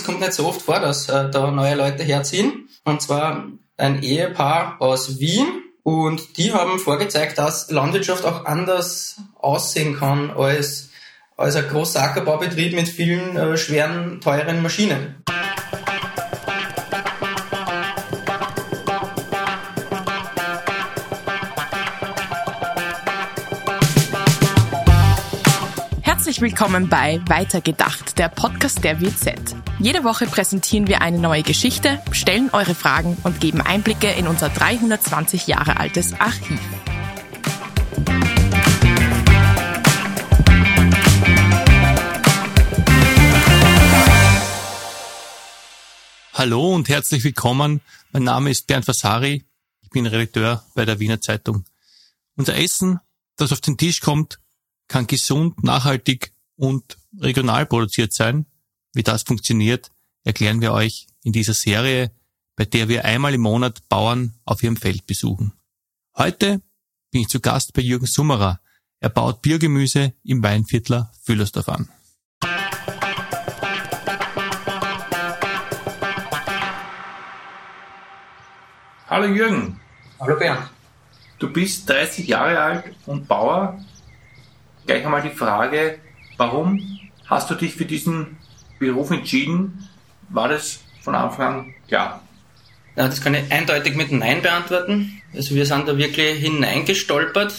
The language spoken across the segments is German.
es kommt nicht so oft vor, dass da neue Leute herziehen. Und zwar ein Ehepaar aus Wien. Und die haben vorgezeigt, dass Landwirtschaft auch anders aussehen kann als ein großer Ackerbaubetrieb mit vielen schweren, teuren Maschinen. Herzlich willkommen bei Weitergedacht, der Podcast der WZ. Jede Woche präsentieren wir eine neue Geschichte, stellen eure Fragen und geben Einblicke in unser 320 Jahre altes Archiv. Hallo und herzlich willkommen. Mein Name ist Bernd Vasari. Ich bin Redakteur bei der Wiener Zeitung. Unser Essen, das auf den Tisch kommt, kann gesund, nachhaltig und regional produziert sein. Wie das funktioniert, erklären wir euch in dieser Serie, bei der wir einmal im Monat Bauern auf ihrem Feld besuchen. Heute bin ich zu Gast bei Jürgen Summerer. Er baut Biogemüse im Weinviertler Vüllersdorf an. Hallo Jürgen. Hallo Bernd. Du bist 30 Jahre alt und Bauer. Gleich einmal die Frage, warum hast du dich für diesen Beruf entschieden? War das von Anfang an klar? Ja, das kann ich eindeutig mit Nein beantworten. Also wir sind da wirklich hineingestolpert.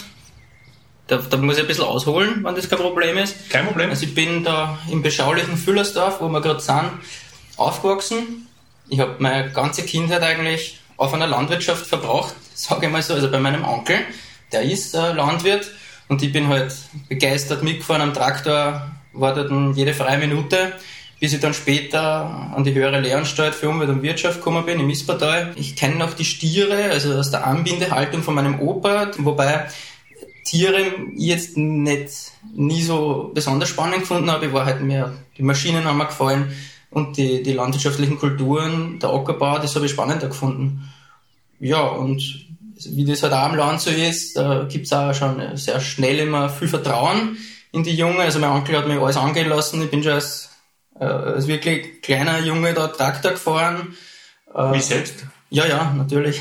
Da muss ich ein bisschen ausholen, wenn das kein Problem ist. Kein Problem. Also ich bin da im beschaulichen Vüllersdorf, wo wir gerade sind, aufgewachsen. Ich habe meine ganze Kindheit eigentlich auf einer Landwirtschaft verbracht, sage ich mal so. Also bei meinem Onkel, der ist Landwirt. Und ich bin halt begeistert mitgefahren am Traktor, war dort jede freie Minute, bis ich dann später an die höhere Lehranstalt für Umwelt und Wirtschaft gekommen bin, im Ispertal. Ich kenne noch die Stiere, also aus der Anbindehaltung von meinem Opa, wobei Tiere ich jetzt nie so besonders spannend gefunden habe. Ich war halt mehr, die Maschinen haben mir gefallen und die landwirtschaftlichen Kulturen, der Ackerbau, das habe ich spannender gefunden. Ja, und wie das halt auch am Land so ist, da gibt's auch schon sehr schnell immer viel Vertrauen in die Jungen. Also mein Onkel hat mir alles angehen lassen. Ich bin schon als wirklich kleiner Junge da Traktor gefahren. Wie selbst? Ja, natürlich.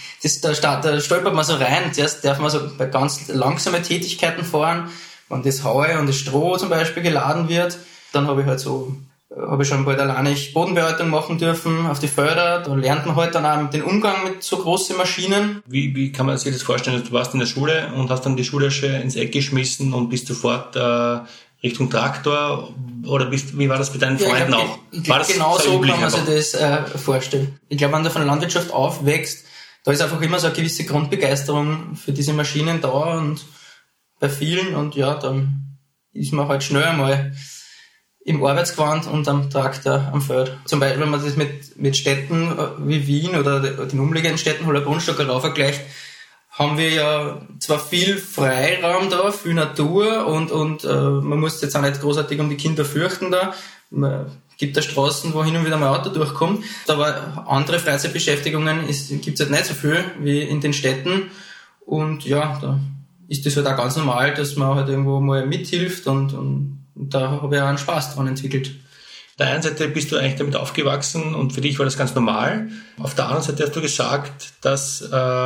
Da stolpert man so rein. Zuerst darf man so bei ganz langsamen Tätigkeiten fahren, wenn das Heu und das Stroh zum Beispiel geladen wird. Dann habe ich schon bald alleine Bodenbearbeitung machen dürfen auf die Felder. Da lernt man halt dann auch den Umgang mit so großen Maschinen. Wie kann man sich das vorstellen? Du warst in der Schule und hast dann die Schultasche ins Eck geschmissen und bist sofort Richtung Traktor? Oder wie war das mit deinen Freunden auch? Genau so kann man sich das vorstellen. Ich glaube, wenn du von der Landwirtschaft aufwächst, da ist einfach immer so eine gewisse Grundbegeisterung für diese Maschinen da und bei vielen. Und ja, dann ist man halt schnell einmal im Arbeitsgewand und am Traktor am Feld. Zum Beispiel, wenn man das mit Städten wie Wien oder den umliegenden Städten, Holler Stockau vergleicht, haben wir ja zwar viel Freiraum da, viel Natur und man muss jetzt auch nicht großartig um die Kinder fürchten da. Man gibt da Straßen, wo hin und wieder mal ein Auto durchkommt. Aber andere Freizeitbeschäftigungen gibt's halt nicht so viel wie in den Städten. Und ja, da ist das halt auch ganz normal, dass man halt irgendwo mal mithilft und da habe ich auch einen Spaß dran entwickelt. Auf der einen Seite bist du eigentlich damit aufgewachsen und für dich war das ganz normal. Auf der anderen Seite hast du gesagt, dass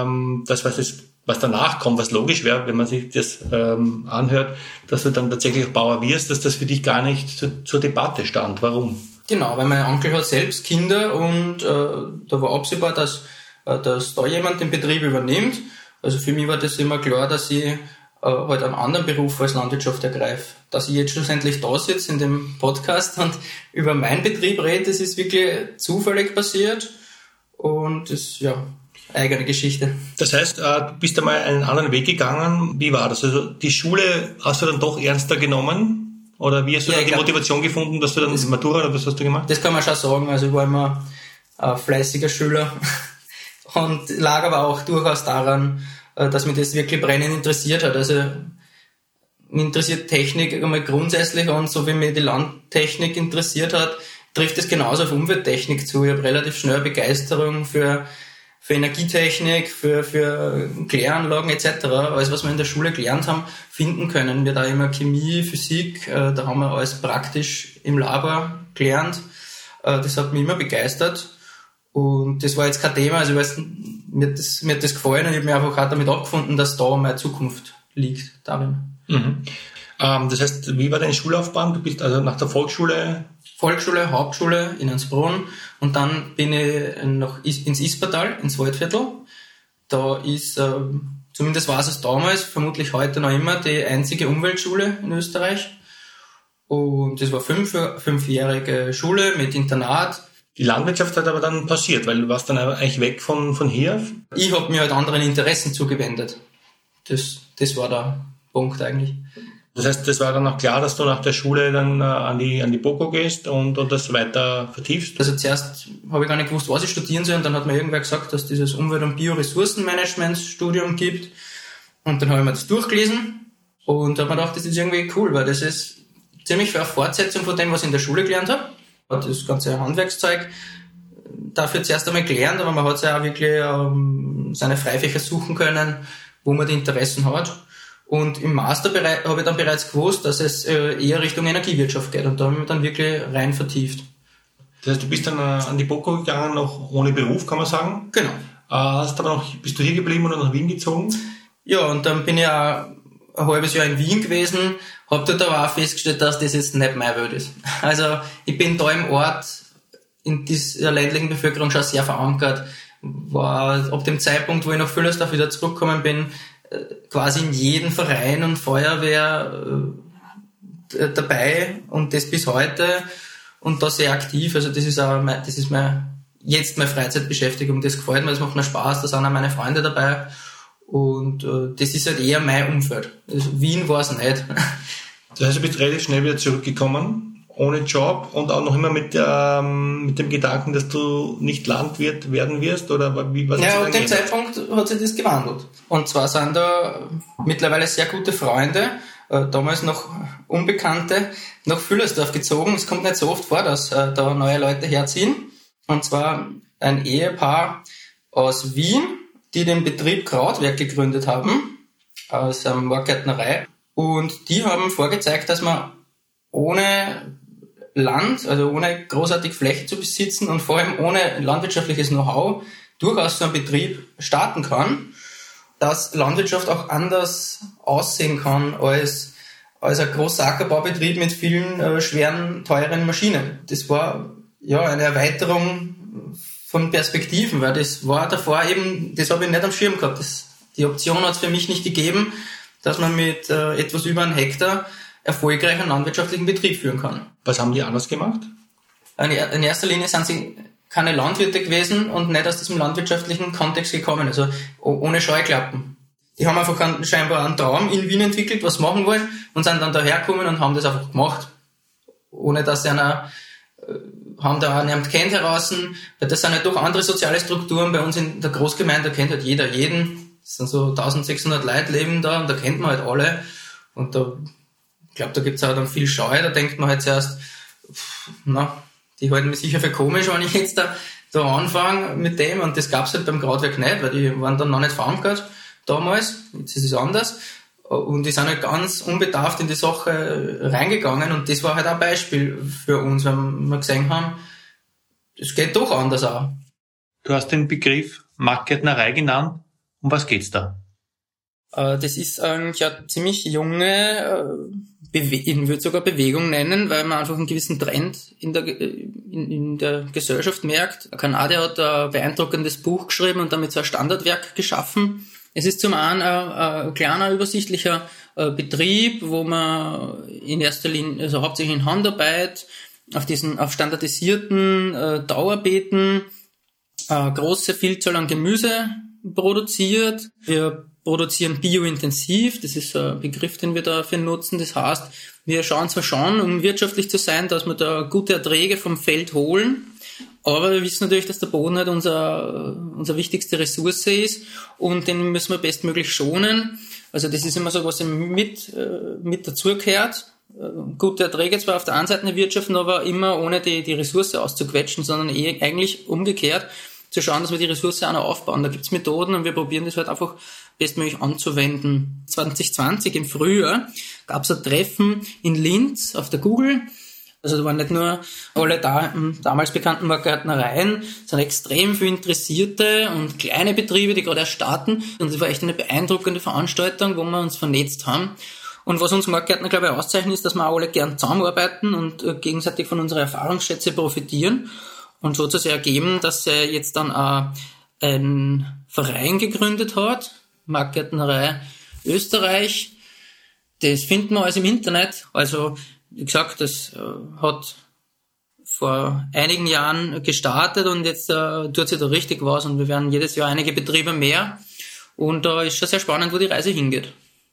was danach kommt, was logisch wäre, wenn man sich das anhört, dass du dann tatsächlich auch Bauer wirst, dass das für dich gar nicht zur Debatte stand. Warum? Genau, weil mein Onkel hat selbst Kinder und da war absehbar, dass da jemand den Betrieb übernimmt. Also für mich war das immer klar, dass ich halt einen anderen Beruf als Landwirtschaft ergreife. Dass ich jetzt schlussendlich da sitze in dem Podcast und über meinen Betrieb rede, das ist wirklich zufällig passiert und das ist ja eigene Geschichte. Das heißt, du bist einmal einen anderen Weg gegangen. Wie war das? Also die Schule hast du dann doch ernster genommen? Oder wie hast du die Motivation gefunden, dass du dann Matura oder was hast du gemacht? Das kann man schon sagen. Also ich war immer ein fleißiger Schüler und lag aber auch durchaus daran, dass mich das wirklich brennend interessiert hat. Also mich interessiert Technik einmal grundsätzlich und so wie mich die Landtechnik interessiert hat, trifft es genauso auf Umwelttechnik zu. Ich habe relativ schnell Begeisterung für Energietechnik, für Kläranlagen etc. Alles, was wir in der Schule gelernt haben, finden können. Wir da immer Chemie, Physik, da haben wir alles praktisch im Labor gelernt. Das hat mich immer begeistert. Und das war jetzt kein Thema, also ich weiß, mir hat das gefallen und ich habe mich einfach auch damit abgefunden, dass da meine Zukunft liegt darin. Mhm. Das heißt, wie war deine Schullaufbahn? Du bist also nach der Volksschule, Hauptschule in Ansbrunn und dann bin ich noch ins Ispertal, ins Waldviertel. Da ist, zumindest war es damals, vermutlich heute noch immer, die einzige Umweltschule in Österreich. Und das war fünfjährige Schule mit Internat. Die Landwirtschaft hat aber dann passiert, weil du warst dann eigentlich weg von hier. Ich habe mir halt anderen Interessen zugewendet. Das war der Punkt eigentlich. Das heißt, das war dann auch klar, dass du nach der Schule dann an die BOKU gehst und das weiter vertiefst? Also zuerst habe ich gar nicht gewusst, was ich studieren soll und dann hat mir irgendwer gesagt, dass dieses Umwelt- und Bioressourcenmanagement-Studium gibt. Und dann habe ich mir das durchgelesen und habe mir gedacht, das ist irgendwie cool, weil das ist ziemlich für eine Fortsetzung von dem, was ich in der Schule gelernt habe. Das ganze Handwerkszeug dafür zuerst einmal gelernt, aber man hat ja auch wirklich seine Freifächer suchen können, wo man die Interessen hat. Und im Masterbereich habe ich dann bereits gewusst, dass es eher Richtung Energiewirtschaft geht und da habe ich mich dann wirklich rein vertieft. Das heißt, du bist dann an die BOKU gegangen, noch ohne Beruf, kann man sagen? Genau. Bist du hier geblieben oder nach Wien gezogen? Ja, und dann bin ich auch ein halbes Jahr in Wien gewesen, habe dort aber auch festgestellt, dass das jetzt nicht meine Welt ist. Also ich bin da im Ort in dieser ländlichen Bevölkerung schon sehr verankert, war ab dem Zeitpunkt, wo ich nach Vüllersdorf wieder zurückgekommen bin, quasi in jedem Verein und Feuerwehr dabei und das bis heute und da sehr aktiv. Also das ist meine Freizeitbeschäftigung, das gefällt mir, das macht mir Spaß, da sind auch meine Freunde dabei und das ist halt eher mein Umfeld. Also Wien war es nicht. Das heißt, du bist relativ schnell wieder zurückgekommen, ohne Job und auch noch immer mit dem Gedanken, dass du nicht Landwirt werden wirst? Oder wie? Was ja, ab dem Zeitpunkt hat sich das gewandelt. Und zwar sind da mittlerweile sehr gute Freunde, damals noch Unbekannte, nach Vüllersdorf gezogen. Es kommt nicht so oft vor, dass da neue Leute herziehen. Und zwar ein Ehepaar aus Wien, die den Betrieb Krautwerk gegründet haben, aus einer Moorgärtnerei. Und die haben vorgezeigt, dass man ohne Land, also ohne großartig Fläche zu besitzen und vor allem ohne landwirtschaftliches Know-how durchaus so einen Betrieb starten kann, dass Landwirtschaft auch anders aussehen kann als ein großer Ackerbaubetrieb mit vielen schweren, teuren Maschinen. Das war ja eine Erweiterung von Perspektiven, weil das war davor eben, das habe ich nicht am Schirm gehabt. Die Option hat es für mich nicht gegeben, dass man mit etwas über 1 Hektar erfolgreich einen landwirtschaftlichen Betrieb führen kann. Was haben die anders gemacht? In erster Linie sind sie keine Landwirte gewesen und nicht aus diesem landwirtschaftlichen Kontext gekommen, also ohne Scheuklappen. Die haben einfach scheinbar einen Traum in Wien entwickelt, was machen wollen und sind dann dahergekommen und haben das einfach gemacht. Ohne dass sie haben da auch niemand kennt heraus, weil das sind halt doch andere soziale Strukturen. Bei uns in der Großgemeinde, da kennt halt jeder jeden. Es sind so 1600 Leute leben da und da kennt man halt alle. Und ich glaube, da gibt's auch dann viel Scheu, da denkt man halt zuerst, die halten mich sicher für komisch, wenn ich jetzt da anfange mit dem, und das gab's halt beim Krautwerk nicht, weil die waren dann noch nicht verankert damals, jetzt ist es anders, und die sind halt ganz unbedarft in die Sache reingegangen und das war halt auch ein Beispiel für uns, weil wir gesehen haben, es geht doch anders auch. Du hast den Begriff Marktgärtnerei genannt, um was geht's da? Das ist eigentlich eine ziemlich junge, ich würde sogar Bewegung nennen, weil man einfach einen gewissen Trend in der Gesellschaft merkt. Ein Kanadier hat ein beeindruckendes Buch geschrieben und damit so ein Standardwerk geschaffen. Es ist zum einen ein kleiner, übersichtlicher Betrieb, wo man in erster Linie, also hauptsächlich in Handarbeit, auf standardisierten Dauerbeeten, große Vielzahl an Gemüse produziert. Wir produzieren biointensiv, das ist ein Begriff, den wir dafür nutzen. Das heißt, wir schauen zwar schon, um wirtschaftlich zu sein, dass wir da gute Erträge vom Feld holen, aber wir wissen natürlich, dass der Boden halt unsere wichtigste Ressource ist und den müssen wir bestmöglich schonen. Also das ist immer so, was mit dazugehört. Gute Erträge zwar auf der einen Seite der Wirtschaft, aber immer ohne die Ressource auszuquetschen, sondern eigentlich umgekehrt zu schauen, dass wir die Ressource auch noch aufbauen. Da gibt's Methoden und wir probieren das halt einfach bestmöglich anzuwenden. 2020 im Frühjahr gab's ein Treffen in Linz auf der Google Also da waren nicht nur alle damals bekannten Marktgärtnereien, sondern extrem viele interessierte und kleine Betriebe, die gerade erst starten. Und es war echt eine beeindruckende Veranstaltung, wo wir uns vernetzt haben. Und was uns Marktgärtner, glaube ich, auszeichnet, ist, dass wir auch alle gern zusammenarbeiten und gegenseitig von unserer Erfahrungsschätze profitieren. Und so hat es sich ergeben, dass er jetzt dann auch einen Verein gegründet hat, Marktgärtnerei Österreich. Das finden wir alles im Internet. Also, wie gesagt, das hat vor einigen Jahren gestartet und jetzt tut sich da richtig was und wir werden jedes Jahr einige Betriebe mehr. Und da ist schon sehr spannend, wo die Reise hingeht.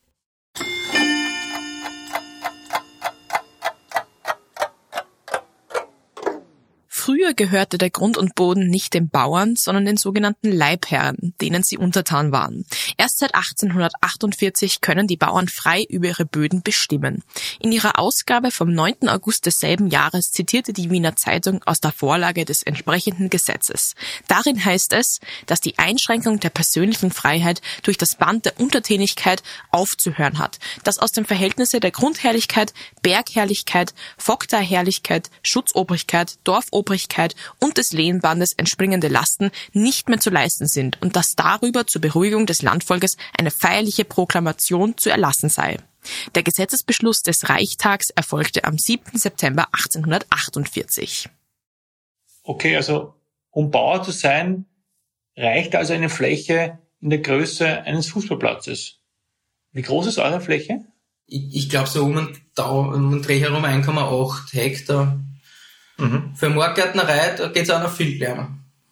Früher gehörte der Grund und Boden nicht den Bauern, sondern den sogenannten Leibherren, denen sie untertan waren. Erst seit 1848 können die Bauern frei über ihre Böden bestimmen. In ihrer Ausgabe vom 9. August desselben Jahres zitierte die Wiener Zeitung aus der Vorlage des entsprechenden Gesetzes. Darin heißt es, dass die Einschränkung der persönlichen Freiheit durch das Band der Untertänigkeit aufzuhören hat, das aus dem Verhältnisse der Grundherrlichkeit, Bergherrlichkeit, Vogteiherrlichkeit, Schutzobrigkeit, Dorfobrigkeit und des Lehenbandes entspringende Lasten nicht mehr zu leisten sind und dass darüber zur Beruhigung des Landvolkes eine feierliche Proklamation zu erlassen sei. Der Gesetzesbeschluss des Reichstags erfolgte am 7. September 1848. Okay, also um Bauer zu sein, reicht also eine Fläche in der Größe eines Fußballplatzes. Wie groß ist eure Fläche? Ich glaube so um den Dreh herum 1,8 Hektar. Für Marktgärtnerei, da geht's auch noch viel kleiner.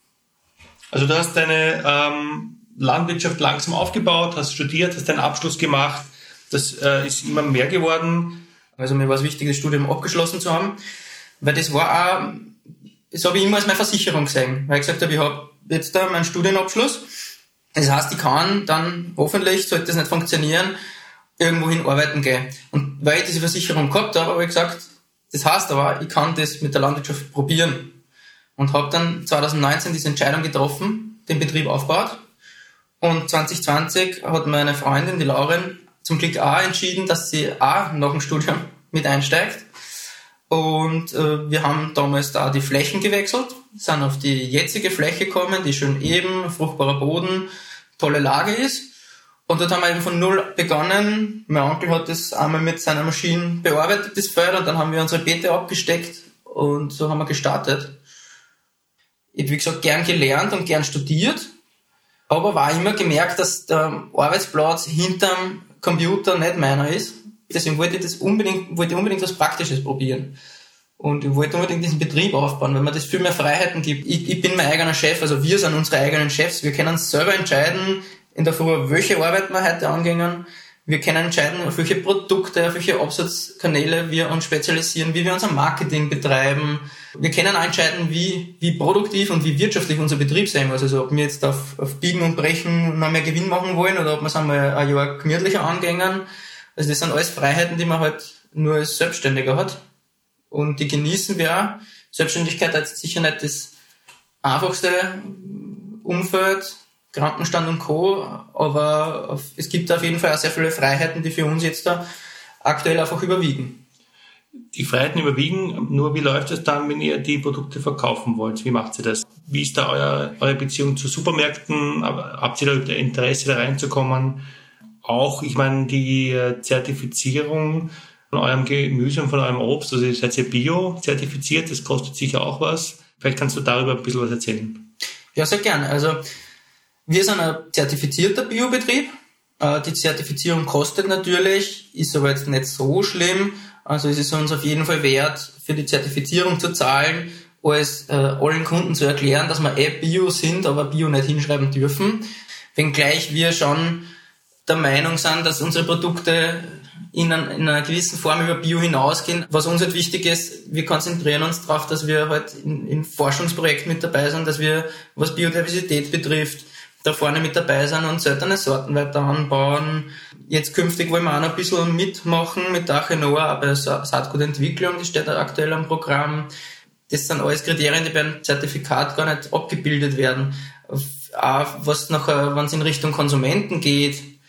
Also du hast deine Landwirtschaft langsam aufgebaut, hast studiert, hast deinen Abschluss gemacht. Das ist immer mehr geworden. Also mir war es wichtig, das Studium abgeschlossen zu haben, weil das war auch, das habe ich immer als meine Versicherung gesehen, weil ich gesagt habe, ich habe jetzt da meinen Studienabschluss. Das heißt, ich kann dann hoffentlich, sollte das nicht funktionieren, irgendwohin arbeiten gehen. Und weil ich diese Versicherung gehabt habe ich gesagt, das heißt aber, ich kann das mit der Landwirtschaft probieren. Und habe dann 2019 diese Entscheidung getroffen, den Betrieb aufgebaut. Und 2020 hat meine Freundin, die Lauren, zum Glück auch entschieden, dass sie auch nach dem Studium mit einsteigt. Und wir haben damals da die Flächen gewechselt, sind auf die jetzige Fläche gekommen, die schön eben, fruchtbarer Boden, tolle Lage ist. Und dort haben wir eben von null begonnen. Mein Onkel hat das einmal mit seiner Maschine bearbeitet, das Feld, und dann haben wir unsere Beete abgesteckt und so haben wir gestartet. Ich habe, wie gesagt, gern gelernt und gern studiert, aber war immer gemerkt, dass der Arbeitsplatz hinterm Computer nicht meiner ist. Deswegen wollte ich unbedingt was Praktisches probieren. Und ich wollte unbedingt diesen Betrieb aufbauen, weil mir das viel mehr Freiheiten gibt. Ich bin mein eigener Chef, also wir sind unsere eigenen Chefs. Wir können selber entscheiden, in der Früh, welche Arbeit wir heute angehen. Wir können entscheiden, auf welche Produkte, auf welche Absatzkanäle wir uns spezialisieren, wie wir unser Marketing betreiben. Wir können auch entscheiden, wie produktiv und wie wirtschaftlich unser Betrieb sein muss. Also ob wir jetzt auf Biegen und Brechen noch mehr Gewinn machen wollen oder ob wir es einmal ein Jahr gemütlicher angehen. Also das sind alles Freiheiten, die man halt nur als Selbstständiger hat. Und die genießen wir auch. Selbstständigkeit ist sicher nicht das einfachste Umfeld, Krankenstand und Co., aber es gibt auf jeden Fall auch sehr viele Freiheiten, die für uns jetzt da aktuell einfach überwiegen. Die Freiheiten überwiegen, nur wie läuft es dann, wenn ihr die Produkte verkaufen wollt? Wie macht ihr das? Wie ist da eure Beziehung zu Supermärkten? Habt ihr da Interesse, da reinzukommen? Auch, ich meine, die Zertifizierung von eurem Gemüse und von eurem Obst, also seid ihr bio-zertifiziert, das kostet sicher auch was. Vielleicht kannst du darüber ein bisschen was erzählen. Ja, sehr gerne. Also wir sind ein zertifizierter Biobetrieb. Die Zertifizierung kostet natürlich, ist aber jetzt nicht so schlimm. Also es ist uns auf jeden Fall wert, für die Zertifizierung zu zahlen, als allen Kunden zu erklären, dass wir Bio sind, aber Bio nicht hinschreiben dürfen. Wenngleich wir schon der Meinung sind, dass unsere Produkte in einer gewissen Form über Bio hinausgehen. Was uns halt wichtig ist, wir konzentrieren uns darauf, dass wir halt in Forschungsprojekten mit dabei sind, dass wir, was Biodiversität betrifft, da vorne mit dabei sind und seltene Sorten weiter anbauen. Jetzt künftig wollen wir auch noch ein bisschen mitmachen mit der Achenoa, auch bei Saatgutentwicklung, das steht aktuell am Programm. Das sind alles Kriterien, die beim Zertifikat gar nicht abgebildet werden. Auch was nachher, wenn es in Richtung Konsumenten geht,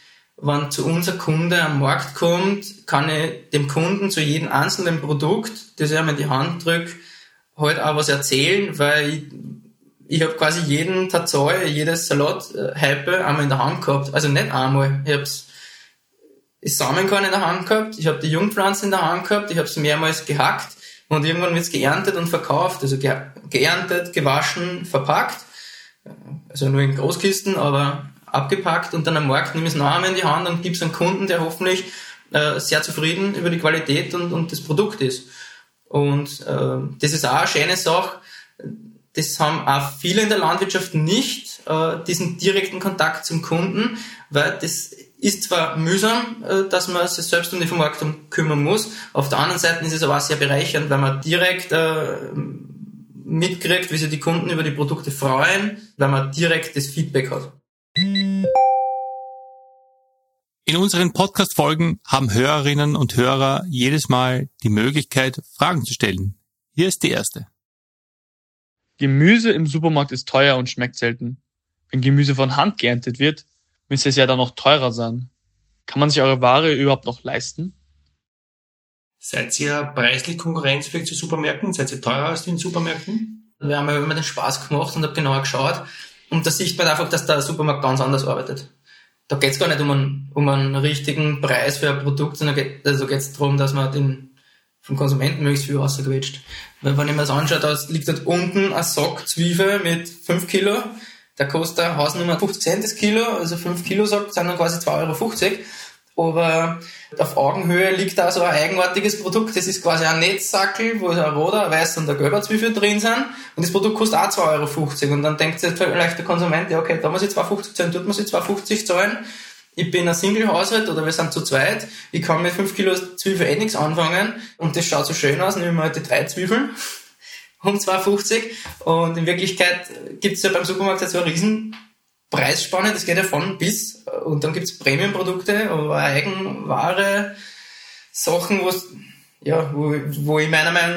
wenn zu uns ein Kunde am Markt kommt, kann ich dem Kunden zu jedem einzelnen Produkt, das ich ihm in die Hand drücke, halt auch was erzählen, weil ich habe quasi jeden Tatsoi, jedes Salat-Hype einmal in der Hand gehabt. Also nicht einmal. Ich hab's das Samenkorn in der Hand gehabt, ich habe die Jungpflanze in der Hand gehabt, ich habe es mehrmals gehackt und irgendwann wird's geerntet und verkauft. Also geerntet, gewaschen, verpackt. Also nur in Großkisten, aber abgepackt und dann am Markt nehme ich es noch einmal in die Hand und gebe es einem Kunden, der hoffentlich sehr zufrieden über die Qualität und das Produkt ist. Und das ist auch eine schöne Sache. Das haben auch viele in der Landwirtschaft nicht, diesen direkten Kontakt zum Kunden, weil das ist zwar mühsam, dass man sich selbst um die Vermarktung kümmern muss, auf der anderen Seite ist es aber auch sehr bereichernd, weil man direkt mitkriegt, wie sich die Kunden über die Produkte freuen, weil man direkt das Feedback hat. In unseren Podcast-Folgen haben Hörerinnen und Hörer jedes Mal die Möglichkeit, Fragen zu stellen. Hier ist die erste. Gemüse im Supermarkt ist teuer und schmeckt selten. Wenn Gemüse von Hand geerntet wird, müsste es ja dann noch teurer sein. Kann man sich eure Ware überhaupt noch leisten? Seid ihr preislich konkurrenzfähig zu Supermärkten? Seid ihr teurer als die Supermärkten? Wir haben ja immer den Spaß gemacht und habe genauer geschaut. Und da sieht man einfach, dass der Supermarkt ganz anders arbeitet. Da geht's gar nicht um einen richtigen Preis für ein Produkt, sondern geht's darum, dass man vom Konsumenten möglichst viel rausquetscht. Weil wenn ich mir das anschaue, da liegt dort unten ein Sack Zwiebel mit 5 Kilo. Der kostet Hausnummer 50 Cent das Kilo, also 5 Kilo Sack sind dann quasi 2,50 €. Aber auf Augenhöhe liegt da so ein eigenartiges Produkt. Das ist quasi ein Netzsackel, wo ein roter, ein weißer und ein gelber Zwiebel drin sind. Und das Produkt kostet auch 2,50 €. Und dann denkt sich vielleicht der Konsument, ja okay, da muss ich 2,50 zahlen, dort muss ich 2,50 zahlen. Ich bin ein Single-Haushalt oder wir sind zu zweit. Ich kann mit 5 Kilo Zwiebel nichts anfangen. Und das schaut so schön aus, nehmen wir halt die 3 Zwiebeln um 2,50 €. Und in Wirklichkeit gibt's ja beim Supermarkt so eine riesen Preisspanne, das geht ja von bis, und dann gibt's Premium-Produkte, aber Eigenware, Sachen, wo ich meiner Meinung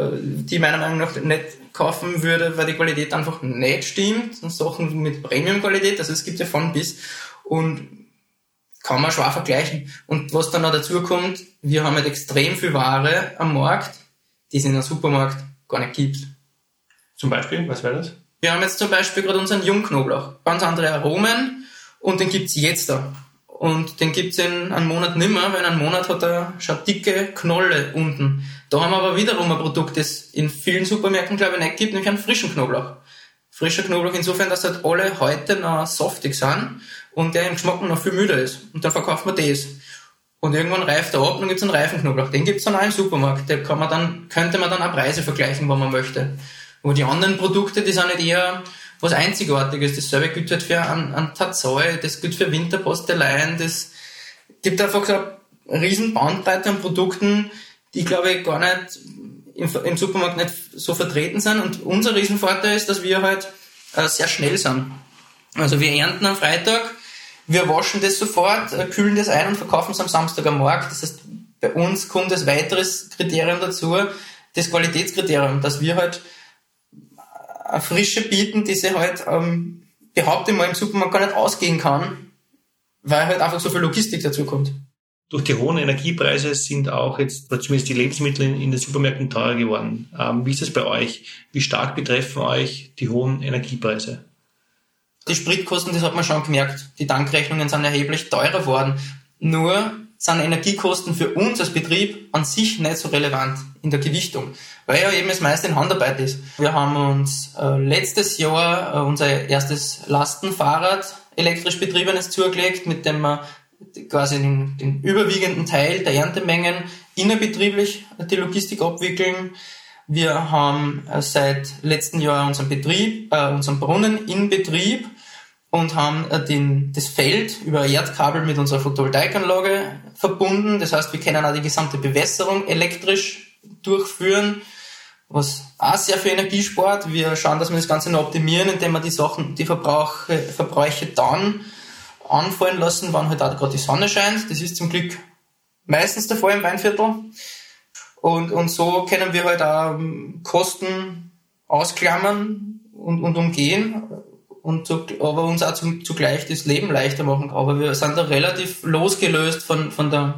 nach nicht kaufen würde, weil die Qualität einfach nicht stimmt, und Sachen mit Premium-Qualität, also es gibt ja von bis, und kann man schwer vergleichen. Und was dann noch dazu kommt, wir haben halt extrem viel Ware am Markt, die es in einem Supermarkt gar nicht gibt. Zum Beispiel, was wäre das? Wir haben jetzt zum Beispiel gerade unseren Jungknoblauch. Ganz andere Aromen und den gibt's jetzt da. Und den gibt's in einem Monat nimmer, weil in einem Monat hat er schon dicke Knolle unten. Da haben wir aber wiederum ein Produkt, das in vielen Supermärkten, glaube ich, nicht gibt, nämlich einen frischen Knoblauch. Frischer Knoblauch insofern, dass halt alle heute noch saftig sind und der im Geschmack noch viel müder ist. Und dann verkauft man das. Und irgendwann reift er ab und dann gibt's einen reifen Knoblauch. Den gibt's dann auch im Supermarkt. Da könnte man dann auch Preise vergleichen, wenn man möchte. Aber die anderen Produkte, die sind nicht eher was Einzigartiges. Dasselbe gilt halt für einen Tatsoi, das gilt für Winterposteleien, das gibt einfach so eine riesen Bandbreite an Produkten, die, glaube ich, gar nicht im Supermarkt nicht so vertreten sind. Und unser Riesenvorteil ist, dass wir halt sehr schnell sind. Also wir ernten am Freitag, wir waschen das sofort, kühlen das ein und verkaufen es am Samstag am Markt. Das heißt, bei uns kommt als weiteres Kriterium dazu, das Qualitätskriterium, dass wir halt eine Frische bieten, die sie halt, behaupte ich mal, im Supermarkt gar nicht ausgehen kann, weil halt einfach so viel Logistik dazu kommt. Durch die hohen Energiepreise sind auch jetzt, zumindest die Lebensmittel in den Supermärkten teurer geworden. Wie ist das bei euch? Wie stark betreffen euch die hohen Energiepreise? Die Spritkosten, das hat man schon gemerkt. Die Tankrechnungen sind erheblich teurer geworden. Nur sind Energiekosten für uns als Betrieb an sich nicht so relevant in der Gewichtung, weil ja eben das meiste in Handarbeit ist. Wir haben uns letztes Jahr unser erstes Lastenfahrrad elektrisch betriebenes zugelegt, mit dem wir quasi den überwiegenden Teil der Erntemengen innerbetrieblich die Logistik abwickeln. Wir haben seit letztem Jahr unseren Brunnen in Betrieb und haben das Feld über Erdkabel mit unserer Photovoltaikanlage verbunden. Das heißt, wir können auch die gesamte Bewässerung elektrisch durchführen, was auch sehr viel Energie spart. Wir schauen, dass wir das Ganze noch optimieren, indem wir die Verbräuche dann anfallen lassen, wann halt auch gerade die Sonne scheint. Das ist zum Glück meistens der Fall im Weinviertel. Und so können wir halt auch Kosten ausklammern und umgehen. aber uns auch zugleich das Leben leichter machen. Aber wir sind da relativ losgelöst von der,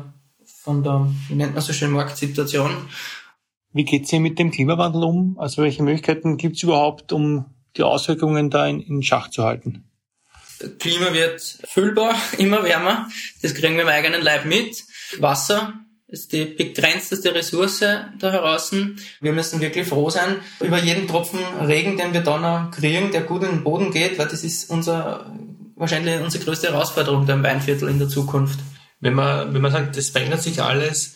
wie nennt man so schön, Marktsituation. Wie geht's ihr mit dem Klimawandel um? Also welche Möglichkeiten gibt's überhaupt, um die Auswirkungen da in Schach zu halten? Das Klima wird fühlbar, immer wärmer. Das kriegen wir im eigenen Leib mit. Wasser ist die begrenzteste Ressource da draußen. Wir müssen wirklich froh sein über jeden Tropfen Regen, den wir da noch kriegen, der gut in den Boden geht, weil das ist wahrscheinlich unsere größte Herausforderung da im Weinviertel in der Zukunft. Wenn man sagt, das verändert sich alles,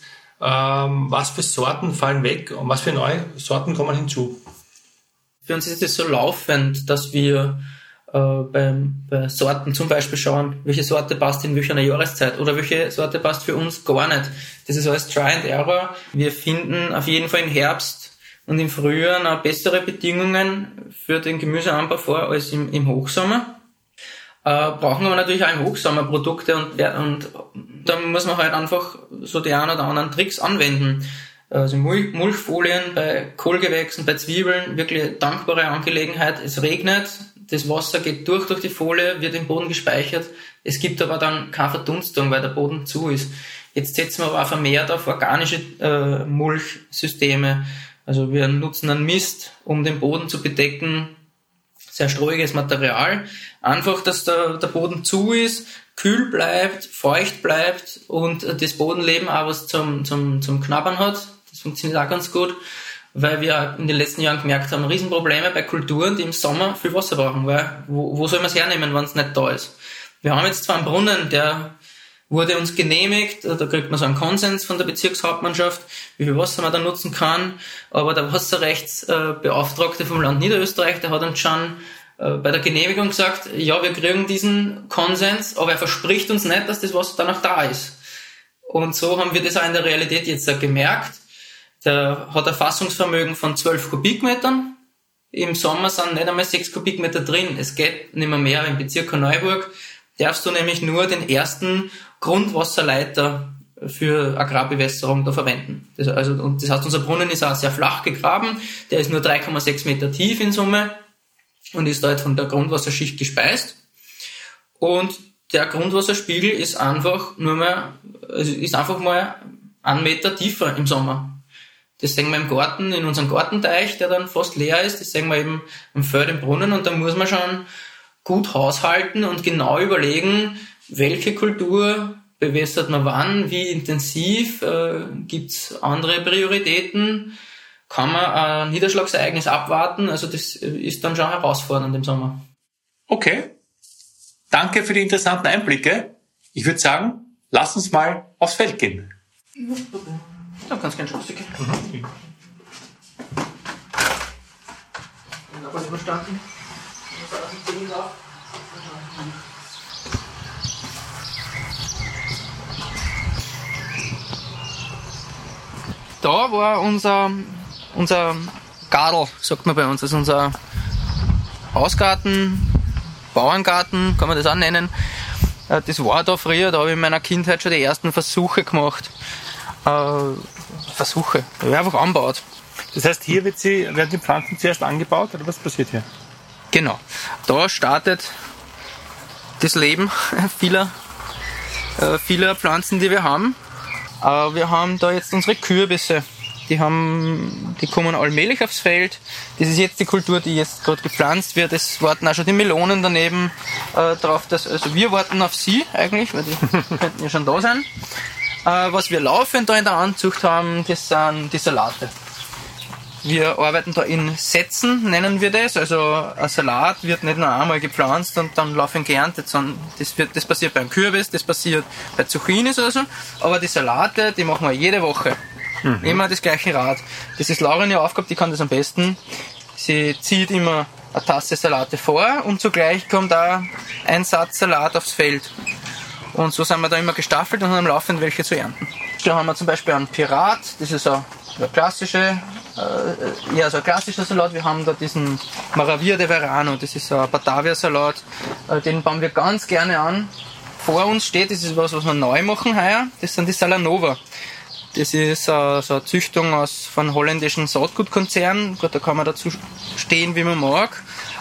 was für Sorten fallen weg und was für neue Sorten kommen hinzu? Für uns ist es so laufend, dass wir bei Sorten zum Beispiel schauen, welche Sorte passt in welcher Jahreszeit oder welche Sorte passt für uns gar nicht. Das ist alles Try and Error. Wir finden auf jeden Fall im Herbst und im Frühjahr noch bessere Bedingungen für den Gemüseanbau vor als im Hochsommer. Brauchen aber natürlich auch im Hochsommer Produkte und da muss man halt einfach so die ein oder anderen Tricks anwenden. Also Mulchfolien bei Kohlgewächsen, bei Zwiebeln, wirklich dankbare Angelegenheit. Es regnet, das Wasser geht durch die Folie, wird im Boden gespeichert. Es gibt aber dann keine Verdunstung, weil der Boden zu ist. Jetzt setzen wir aber auch vermehrt auf organische Mulchsysteme. Also wir nutzen einen Mist, um den Boden zu bedecken. Sehr streuiges Material. Einfach, dass der Boden zu ist, kühl bleibt, feucht bleibt und das Bodenleben auch was zum Knabbern hat. Das funktioniert auch ganz gut, weil wir in den letzten Jahren gemerkt haben, Riesenprobleme bei Kulturen, die im Sommer viel Wasser brauchen, weil wo soll man es hernehmen, wenn es nicht da ist? Wir haben jetzt zwar einen Brunnen, der wurde uns genehmigt, da kriegt man so einen Konsens von der Bezirkshauptmannschaft, wie viel Wasser man da nutzen kann, aber der Wasserrechtsbeauftragte vom Land Niederösterreich, der hat uns schon bei der Genehmigung gesagt, ja, wir kriegen diesen Konsens, aber er verspricht uns nicht, dass das Wasser danach da ist. Und so haben wir das auch in der Realität jetzt gemerkt. Der hat ein Fassungsvermögen von 12 Kubikmetern. Im Sommer sind nicht einmal 6 Kubikmeter drin. Es geht nicht mehr. Im Bezirk Neuburg darfst du nämlich nur den ersten Grundwasserleiter für Agrarbewässerung da verwenden. Das heißt, unser Brunnen ist auch sehr flach gegraben. Der ist nur 3,6 Meter tief in Summe und ist da halt von der Grundwasserschicht gespeist. Und der Grundwasserspiegel ist einfach mal 1 Meter tiefer im Sommer. Das sehen wir im Garten, in unserem Gartenteich, der dann fast leer ist. Das sehen wir eben im Feld, im Brunnen. Und da muss man schon gut haushalten und genau überlegen, welche Kultur bewässert man wann, wie intensiv, gibt's andere Prioritäten, kann man ein Niederschlagsereignis abwarten. Also das ist dann schon herausfordernd im Sommer. Okay. Danke für die interessanten Einblicke. Ich würde sagen, lass uns mal aufs Feld gehen. Da kannst du gerne Chance gehen. Aber überstanden. Da war unser Gadel, sagt man bei uns, also unser Hausgarten, Bauerngarten, kann man das auch nennen. Das war da früher, da habe ich in meiner Kindheit schon die ersten Versuche gemacht. Einfach anbaut. Das heißt, hier werden die Pflanzen zuerst angebaut, oder was passiert hier? Genau. Da startet das Leben vieler Pflanzen, die wir haben. Wir haben da jetzt unsere Kürbisse. Die kommen allmählich aufs Feld. Das ist jetzt die Kultur, die jetzt gerade gepflanzt wird. Es warten auch schon die Melonen daneben drauf. Also wir warten auf sie eigentlich, weil die könnten ja schon da sein. Was wir laufend da in der Anzucht haben, das sind die Salate. Wir arbeiten da in Sätzen, nennen wir das. Also ein Salat wird nicht nur einmal gepflanzt und dann laufend geerntet, sondern das passiert beim Kürbis, das passiert bei Zucchinis oder so. Aber die Salate, die machen wir jede Woche. Immer das gleiche Rad. Das ist Lauren ihre Aufgabe, die kann das am besten. Sie zieht immer eine Tasse Salate vor und zugleich kommt da ein Satz Salat aufs Feld. Und so sind wir da immer gestaffelt und haben laufend welche zu ernten. Da haben wir zum Beispiel einen Pirat, das ist ein klassischer Salat. Wir haben da diesen Maravilla de Verano, das ist ein Batavia-Salat. Den bauen wir ganz gerne an. Vor uns steht, das ist was wir neu machen heuer, das sind die Salanova. Das ist so eine Züchtung von holländischen Saatgutkonzernen. Gut, da kann man dazu stehen, wie man mag.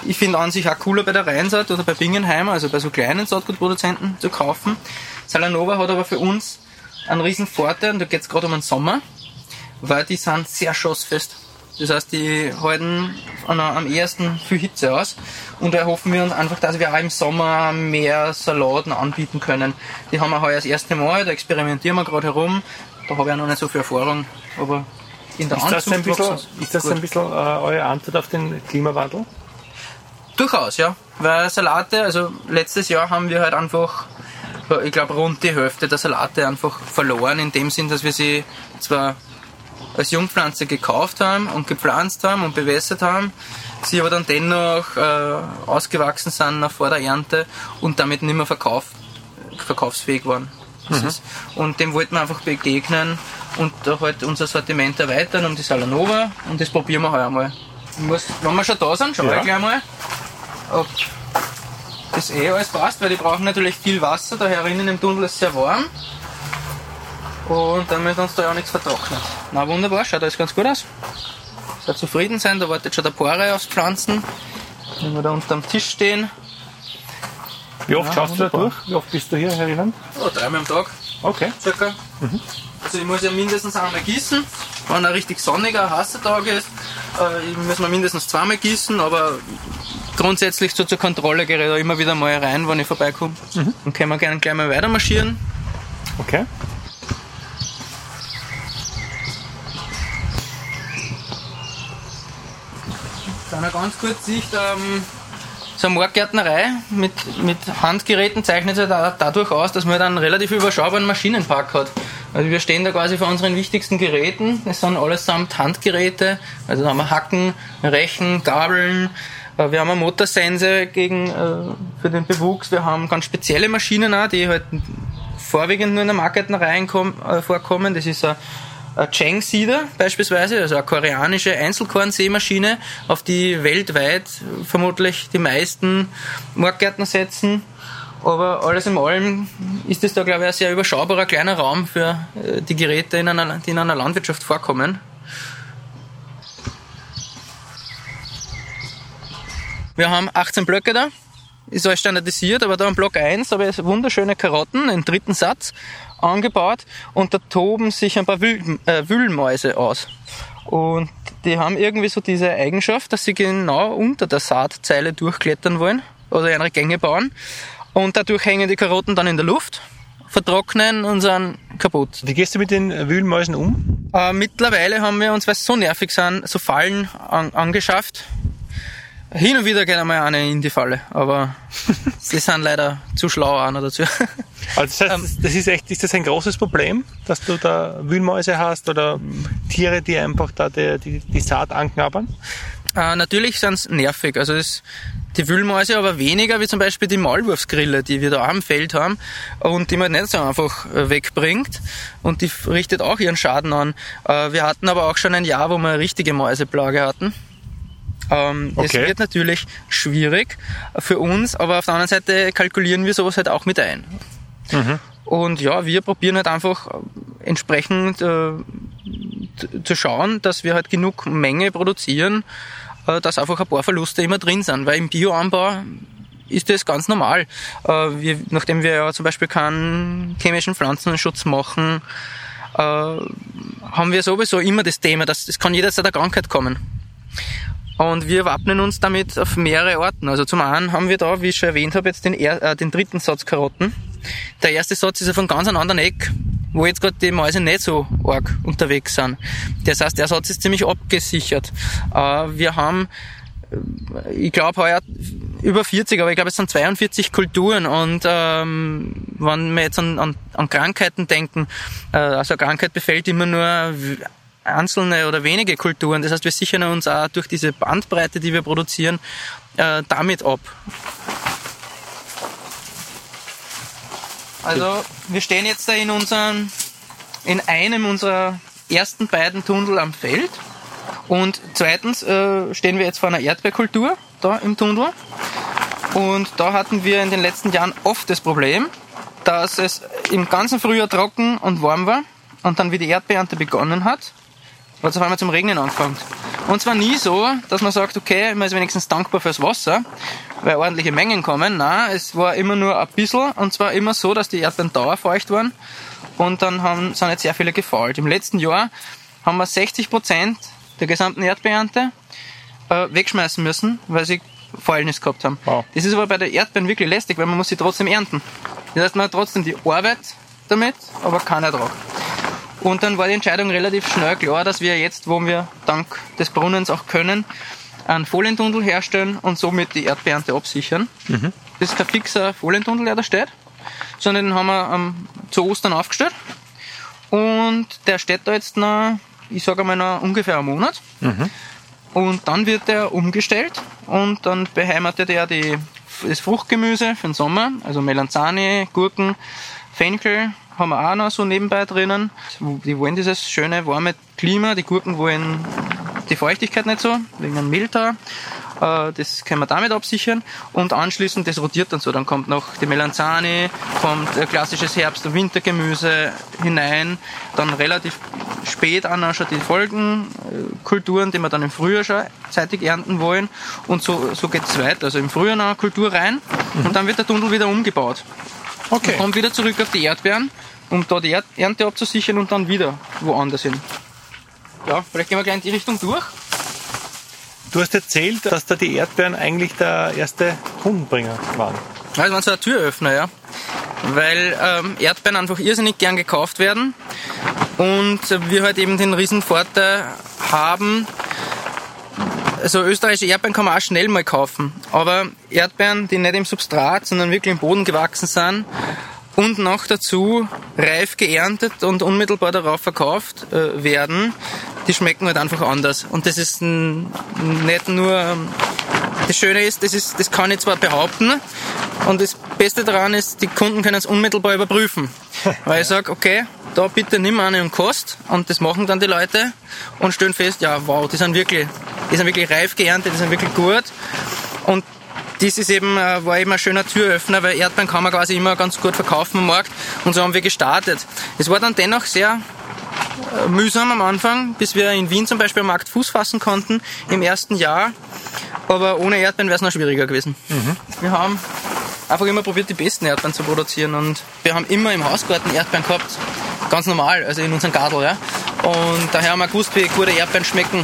Ich finde an sich auch cooler bei der Rheinsaat oder bei Bingenheimer, also bei so kleinen Saatgutproduzenten zu kaufen. Salanova hat aber für uns einen riesen Vorteil, und da geht es gerade um den Sommer, weil die sind sehr schossfest. Das heißt, die halten am ehesten viel Hitze aus, und da erhoffen wir uns einfach, dass wir auch im Sommer mehr Salaten anbieten können. Die haben wir heuer das erste Mal, da experimentieren wir gerade herum, da habe ich auch noch nicht so viel Erfahrung, aber in der Anzucht ist das ein bisschen eure Antwort auf den Klimawandel? Durchaus, ja, weil Salate, also letztes Jahr haben wir halt einfach, ich glaube, rund die Hälfte der Salate einfach verloren, in dem Sinn, dass wir sie zwar als Jungpflanze gekauft haben und gepflanzt haben und bewässert haben, sie aber dann dennoch ausgewachsen sind nach vor der Ernte und damit nicht mehr verkaufsfähig waren. Und dem wollten wir einfach begegnen und da halt unser Sortiment erweitern um die Salanova, und das probieren wir heuer mal. Wenn wir schon da sind, schaue ich gleich mal, ob das alles passt, weil die brauchen natürlich viel Wasser, da herinnen im Tunnel ist es sehr warm. Und damit uns da ja nichts vertrocknet. Na wunderbar, schaut alles ganz gut aus. Soll zufrieden sein, da wartet schon der Pore aufs Pflanzen. Wenn wir da unterm Tisch stehen. Wie oft schaust du da durch? Wie oft bist du hier herinnen? Oh, 3-mal am Tag. Okay. Circa. Also ich muss ja mindestens einmal gießen. Wenn ein richtig sonniger, heißer Tag ist, muss man mindestens 2-mal gießen, aber grundsätzlich zur Kontrolle gehe ich da immer wieder mal rein, wenn ich vorbeikomme. Dann können wir gerne gleich mal weiter marschieren. Okay. Dann eine ganz kurze Sicht, so eine Marktgärtnerei mit Handgeräten zeichnet sich dadurch aus, dass man dann einen relativ überschaubaren Maschinenpark hat. Also wir stehen da quasi vor unseren wichtigsten Geräten, das sind allesamt Handgeräte, also da haben wir Hacken, Rechen, Gabeln, wir haben eine Motorsense für den Bewuchs, wir haben ganz spezielle Maschinen auch, die halt vorwiegend nur in der Marktgärtnerei vorkommen, das ist ein Cheng Seeder beispielsweise, also eine koreanische Einzelkornsämaschine, auf die weltweit vermutlich die meisten Marktgärtner setzen. Aber alles in allem ist es da, glaube ich, ein sehr überschaubarer kleiner Raum für die Geräte, die in einer Landwirtschaft vorkommen. Wir haben 18 Blöcke da, ist alles standardisiert, aber da im Block 1 habe ich wunderschöne Karotten im 3. Satz angebaut, und da toben sich ein paar Wühlmäuse aus. Und die haben irgendwie so diese Eigenschaft, dass sie genau unter der Saatzeile durchklettern wollen oder ihre Gänge bauen. Und dadurch hängen die Karotten dann in der Luft, vertrocknen und sind kaputt. Wie gehst du mit den Wühlmäusen um? Mittlerweile haben wir uns, weil sie so nervig sind, so Fallen angeschafft. Hin und wieder geht einmal eine in die Falle, aber sie sind leider zu schlau auch noch dazu. Also das heißt, ist das ein großes Problem, dass du da Wühlmäuse hast oder Tiere, die einfach da die Saat anknabbern? Natürlich sind es nervig, also die Wühlmäuse aber weniger wie zum Beispiel die Maulwurfsgrille, die wir da am Feld haben und die man nicht so einfach wegbringt, und die richtet auch ihren Schaden an. Wir hatten aber auch schon ein Jahr, wo wir eine richtige Mäuseplage hatten. Es wird natürlich schwierig für uns, aber auf der anderen Seite kalkulieren wir sowas halt auch mit ein. Und ja, wir probieren halt einfach entsprechend zu schauen, dass wir halt genug Menge produzieren, dass einfach ein paar Verluste immer drin sind, weil im Bioanbau ist das ganz normal. Nachdem wir ja zum Beispiel keinen chemischen Pflanzenschutz machen, haben wir sowieso immer das Thema, dass es kann jederzeit eine Krankheit kommen. Und wir wappnen uns damit auf mehrere Arten. Also zum einen haben wir da, wie ich schon erwähnt habe, jetzt den 3. Satz Karotten. Der erste Satz ist ja von ganz einem anderen Eck, wo jetzt gerade die Mäuse nicht so arg unterwegs sind. Das heißt, der Satz ist ziemlich abgesichert. Wir haben, ich glaube heuer über 40, aber ich glaube es sind 42 Kulturen, und wenn wir jetzt an Krankheiten denken, also eine Krankheit befällt immer nur einzelne oder wenige Kulturen. Das heißt, wir sichern uns auch durch diese Bandbreite, die wir produzieren, damit ab. Also wir stehen jetzt da in einem unserer ersten beiden Tunnel am Feld, und zweitens stehen wir jetzt vor einer Erdbeerkultur da im Tunnel, und da hatten wir in den letzten Jahren oft das Problem, dass es im ganzen Frühjahr trocken und warm war, und dann wie die Erdbeerernte begonnen hat, hat es auf einmal zum Regnen angefangen. Und zwar nie so, dass man sagt, okay, man ist wenigstens dankbar fürs Wasser, weil ordentliche Mengen kommen. Nein, es war immer nur ein bisschen und zwar immer so, dass die Erdbeeren dauerfeucht waren und dann sind jetzt sehr viele gefault. Im letzten Jahr haben wir 60% der gesamten Erdbeerernte wegschmeißen müssen, weil sie Fäulnis gehabt haben. Wow. Das ist aber bei der Erdbeeren wirklich lästig, weil man muss sie trotzdem ernten. Das heißt, man hat trotzdem die Arbeit damit, aber keinen Ertrag. Und dann war die Entscheidung relativ schnell klar, dass wir jetzt, wo wir dank des Brunnens auch können, einen Folientunnel herstellen und somit die Erdbeerernte absichern. Mhm. Das ist kein fixer Folientunnel, der da steht, sondern den haben wir zu Ostern aufgestellt. Und der steht da jetzt noch, ich sage mal, noch ungefähr einen Monat. Mhm. Und dann wird der umgestellt und dann beheimatet er das Fruchtgemüse für den Sommer, also Melanzani, Gurken, Fenchel haben wir auch noch so nebenbei drinnen. Die wollen dieses schöne, warme Klima, die Gurken wollen die Feuchtigkeit nicht so, wegen einem Mehltau. Das können wir damit absichern und anschließend, das rotiert dann so, dann kommt noch die Melanzani, kommt klassisches Herbst- und Wintergemüse hinein, dann relativ spät auch noch schon die Folgenkulturen, die wir dann im Frühjahr schon zeitig ernten wollen und so geht es weiter, also im Frühjahr noch eine Kultur rein und dann wird der Tunnel wieder umgebaut. Okay. Und kommt wieder zurück auf die Erdbeeren, um da die Ernte abzusichern und dann wieder woanders hin. Ja, vielleicht gehen wir gleich in die Richtung durch. Du hast erzählt, dass da die Erdbeeren eigentlich der erste Kundenbringer waren. Ja, das waren so ein Türöffner, ja. Weil Erdbeeren einfach irrsinnig gern gekauft werden und wir halt eben den riesen Vorteil haben, also österreichische Erdbeeren kann man auch schnell mal kaufen, aber Erdbeeren, die nicht im Substrat, sondern wirklich im Boden gewachsen sind und noch dazu reif geerntet und unmittelbar darauf verkauft werden, die schmecken halt einfach anders. Und das ist nicht nur, das Schöne ist, das kann ich zwar behaupten und das Beste daran ist, die Kunden können es unmittelbar überprüfen. Weil ich sage, okay, da bitte nimm eine und kost und das machen dann die Leute und stellen fest, ja wow, die sind wirklich reif geerntet, die sind wirklich gut und das ist war eben ein schöner Türöffner, weil Erdbeeren kann man quasi immer ganz gut verkaufen am Markt und so haben wir gestartet. Es war dann dennoch sehr mühsam am Anfang, bis wir in Wien zum Beispiel am Markt Fuß fassen konnten im ersten Jahr, aber ohne Erdbeeren wäre es noch schwieriger gewesen. Mhm. Wir haben einfach immer probiert, die besten Erdbeeren zu produzieren und wir haben immer im Hausgarten Erdbeeren gehabt, ganz normal, also in unserem Gartel, ja. Und daher haben wir gewusst, wie gute Erdbeeren schmecken.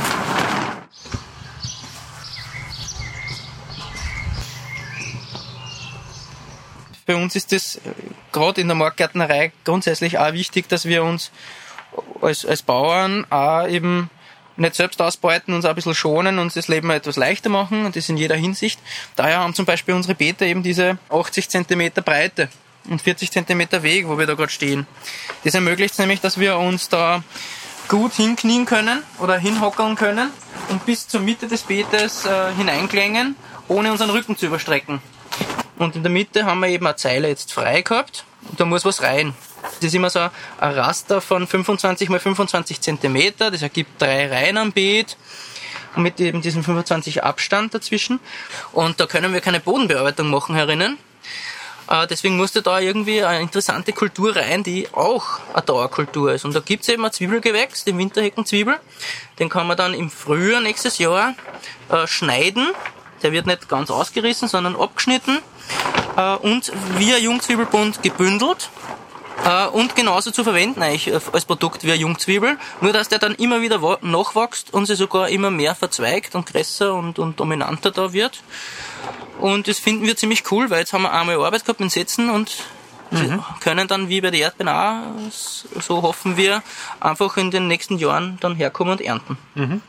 Bei uns ist das gerade in der Marktgärtnerei grundsätzlich auch wichtig, dass wir uns als Bauern auch eben nicht selbst ausbeuten, uns auch ein bisschen schonen, uns das Leben etwas leichter machen und das in jeder Hinsicht. Daher haben zum Beispiel unsere Beete eben diese 80 cm Breite und 40 cm Weg, wo wir da gerade stehen. Das ermöglicht nämlich, dass wir uns da gut hinknien können oder hinhockeln können und bis zur Mitte des Beetes hineinklängen, ohne unseren Rücken zu überstrecken. Und in der Mitte haben wir eben eine Zeile jetzt frei gehabt und da muss was rein. Das ist immer so ein Raster von 25 x 25 cm, das ergibt 3 Reihen am Beet und mit eben diesem 25 Abstand dazwischen. Und da können wir keine Bodenbearbeitung machen herinnen. Deswegen musste da irgendwie eine interessante Kultur rein, die auch eine Dauerkultur ist. Und da gibt's eben ein Zwiebelgewächs, den Winterheckenzwiebel. Den kann man dann im Frühjahr nächstes Jahr schneiden. Der wird nicht ganz ausgerissen, sondern abgeschnitten und wie ein Jungzwiebelbund gebündelt und genauso zu verwenden eigentlich als Produkt wie eine Jungzwiebel, nur dass der dann immer wieder nachwächst und sich sogar immer mehr verzweigt und größer und dominanter da wird. Und das finden wir ziemlich cool, weil jetzt haben wir einmal Arbeit gehabt mit Setzen und können dann wie bei der Erdbeeren auch, so hoffen wir, einfach in den nächsten Jahren dann herkommen und ernten. Mhm.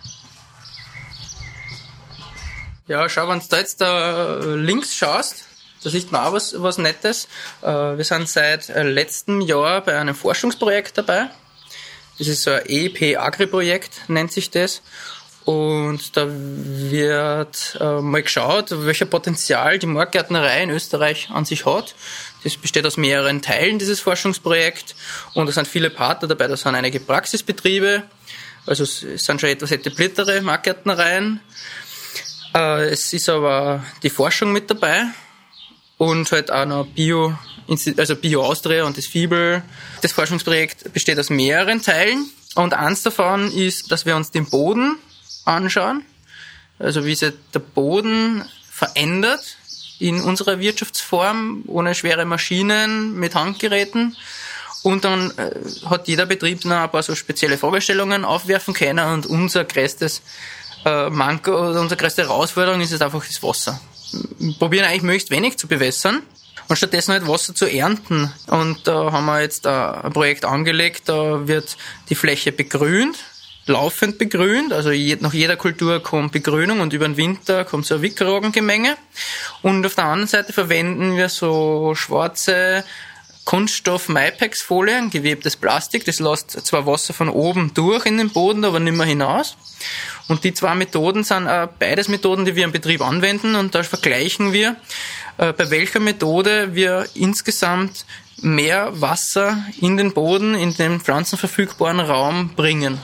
Ja, schau, wenn du da jetzt links schaust, da sieht man auch was Nettes. Wir sind seit letztem Jahr bei einem Forschungsprojekt dabei. Das ist so ein EEP-Agri-Projekt, nennt sich das. Und da wird mal geschaut, welcher Potenzial die Marktgärtnerei in Österreich an sich hat. Das besteht aus mehreren Teilen, dieses Forschungsprojekt. Und da sind viele Partner dabei, da sind einige Praxisbetriebe. Also es sind schon etwas etabliertere Marktgärtnereien. Es ist aber die Forschung mit dabei und halt auch noch Bio Austria und das Fibel. Das Forschungsprojekt besteht aus mehreren Teilen und eins davon ist, dass wir uns den Boden anschauen, also wie sich der Boden verändert in unserer Wirtschaftsform, ohne schwere Maschinen, mit Handgeräten. Und dann hat jeder Betrieb noch ein paar so spezielle Fragestellungen aufwerfen können und unser größtes Manko oder unsere größte Herausforderung ist jetzt einfach das Wasser. Wir probieren eigentlich möglichst wenig zu bewässern und stattdessen halt Wasser zu ernten. Und da haben wir jetzt ein Projekt angelegt, da wird die Fläche begrünt, laufend begrünt, also nach jeder Kultur kommt Begrünung und über den Winter kommt so ein Wickerrogengemenge. Und auf der anderen Seite verwenden wir so schwarze Kunststoff-Mypex-Folien, gewebtes Plastik, das lässt zwar Wasser von oben durch in den Boden, aber nicht mehr hinaus. Und die zwei Methoden sind beides Methoden, die wir im Betrieb anwenden, und da vergleichen wir, bei welcher Methode wir insgesamt mehr Wasser in den Boden, in den pflanzenverfügbaren Raum bringen.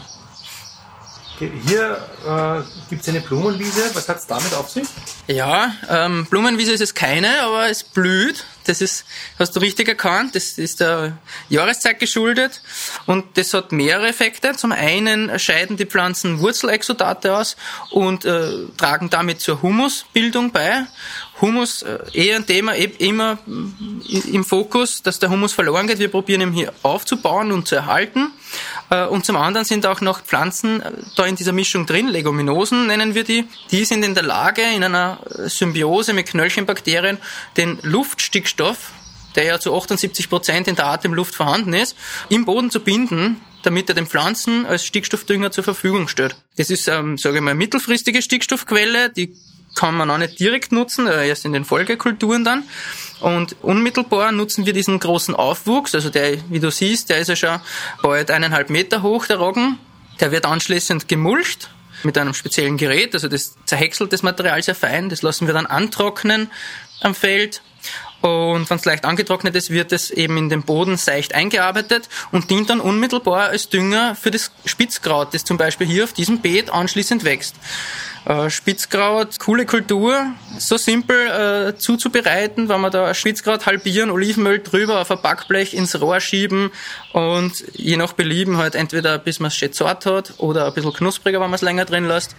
Okay, hier gibt es eine Blumenwiese. Was hat es damit auf sich? Ja, Blumenwiese ist es keine, aber es blüht. Das ist, hast du richtig erkannt, das ist der Jahreszeit geschuldet und das hat mehrere Effekte. Zum einen scheiden die Pflanzen Wurzelexudate aus und tragen damit zur Humusbildung bei. Humus, eher ein Thema, immer im Fokus, dass der Humus verloren geht. Wir probieren ihn hier aufzubauen und zu erhalten. Und zum anderen sind auch noch Pflanzen da in dieser Mischung drin, Leguminosen nennen wir die. Die sind in der Lage, in einer Symbiose mit Knöllchenbakterien den Luftstickstoff, der ja zu 78% in der Atemluft vorhanden ist, im Boden zu binden, damit er den Pflanzen als Stickstoffdünger zur Verfügung steht. Das ist, sage ich mal, mittelfristige Stickstoffquelle, die kann man auch nicht direkt nutzen, erst in den Folgekulturen dann. Und unmittelbar nutzen wir diesen großen Aufwuchs, also der, wie du siehst, der ist ja schon bald 1,5 Meter hoch, der Roggen. Der wird anschließend gemulcht mit einem speziellen Gerät, also das zerhäckselt das Material sehr fein, das lassen wir dann antrocknen am Feld. Und wenn es leicht angetrocknet ist, wird es eben in den Boden seicht eingearbeitet und dient dann unmittelbar als Dünger für das Spitzkraut, das zum Beispiel hier auf diesem Beet anschließend wächst. Spitzkraut, coole Kultur, so simpel zuzubereiten, wenn wir da Spitzkraut halbieren, Olivenöl drüber auf ein Backblech ins Rohr schieben und je nach Belieben halt entweder bis man es schön zart hat oder ein bisschen knuspriger, wenn man es länger drin lässt.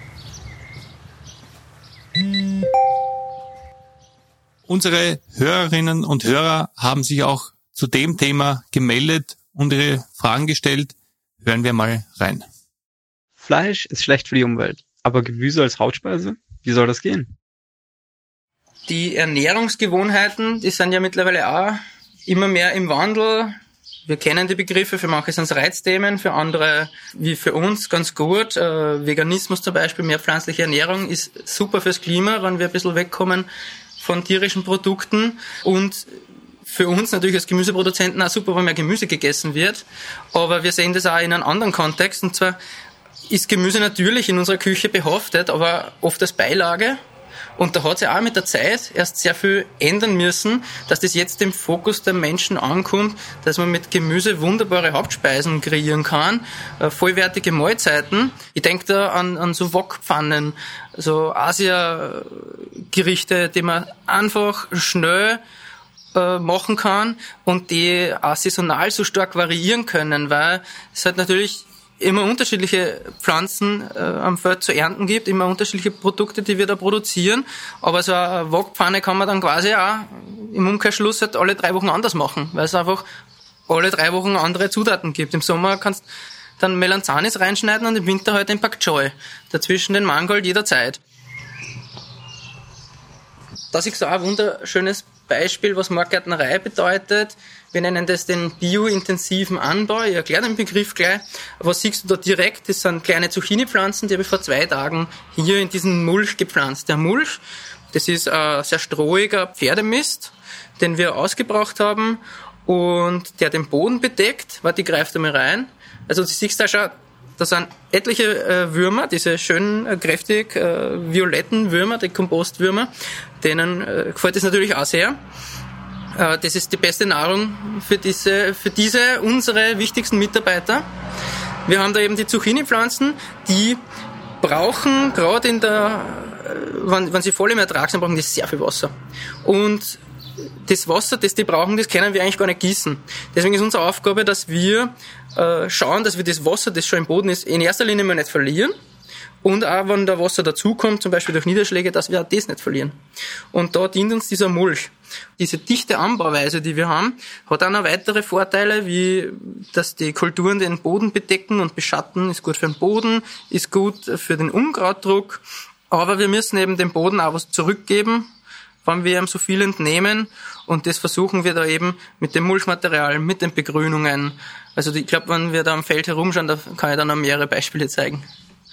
Unsere Hörerinnen und Hörer haben sich auch zu dem Thema gemeldet und ihre Fragen gestellt. Hören wir mal rein. Fleisch ist schlecht für die Umwelt, aber Gemüse als Hauptspeise? Wie soll das gehen? Die Ernährungsgewohnheiten, die sind ja mittlerweile auch immer mehr im Wandel. Wir kennen die Begriffe, für manche sind es Reizthemen, für andere, wie für uns, ganz gut. Veganismus zum Beispiel, mehr pflanzliche Ernährung ist super fürs Klima, wenn wir ein bisschen wegkommen von tierischen Produkten, und für uns natürlich als Gemüseproduzenten auch super, wenn mehr Gemüse gegessen wird, aber wir sehen das auch in einem anderen Kontext, und zwar ist Gemüse natürlich in unserer Küche behaftet, aber oft als Beilage, und da hat sich auch mit der Zeit erst sehr viel ändern müssen, dass das jetzt im Fokus der Menschen ankommt, dass man mit Gemüse wunderbare Hauptspeisen kreieren kann, vollwertige Mahlzeiten. Ich denke da an so Wokpfannen, so Asia-Gerichte, die man einfach schnell machen kann und die auch saisonal so stark variieren können, weil es halt natürlich immer unterschiedliche Pflanzen am Feld zu ernten gibt, immer unterschiedliche Produkte, die wir da produzieren. Aber so eine Wokpfanne kann man dann quasi auch im Umkehrschluss halt alle 3 Wochen anders machen, weil es einfach alle 3 Wochen andere Zutaten gibt. Im Sommer kannst du dann Melanzanis reinschneiden und im Winter halt den Pak Choi. Dazwischen den Mangold jederzeit. Das ist so ein wunderschönes Beispiel, was Marktgärtnerei bedeutet. Wir nennen das den biointensiven Anbau. Ich erkläre den Begriff gleich. Was siehst du da direkt? Das sind kleine Zucchini-Pflanzen, die habe ich vor 2 Tagen hier in diesen Mulch gepflanzt. Der Mulch, das ist ein sehr strohiger Pferdemist, den wir ausgebracht haben und der den Boden bedeckt. Warte, ich greife da mal rein. Also du siehst da schon, da sind etliche Würmer, diese schönen, kräftig violetten Würmer, die Kompostwürmer. Denen gefällt es natürlich auch sehr. Das ist die beste Nahrung für diese unsere wichtigsten Mitarbeiter. Wir haben da eben die Zucchini-Pflanzen, die brauchen gerade wenn sie voll im Ertrag sind, brauchen die sehr viel Wasser. Und das Wasser, das die brauchen, das können wir eigentlich gar nicht gießen. Deswegen ist unsere Aufgabe, dass wir schauen, dass wir das Wasser, das schon im Boden ist, in erster Linie mal nicht verlieren, Und auch wenn da Wasser dazukommt, zum Beispiel durch Niederschläge, dass wir auch das nicht verlieren. Und da dient uns dieser Mulch. Diese dichte Anbauweise, die wir haben, hat auch noch weitere Vorteile, wie dass die Kulturen den Boden bedecken und beschatten, ist gut für den Boden, ist gut für den Unkrautdruck. Aber wir müssen eben dem Boden auch was zurückgeben, wenn wir ihm so viel entnehmen. Und das versuchen wir da eben mit dem Mulchmaterial, mit den Begrünungen. Also ich glaube, wenn wir da am Feld herumschauen, da kann ich dann noch mehrere Beispiele zeigen.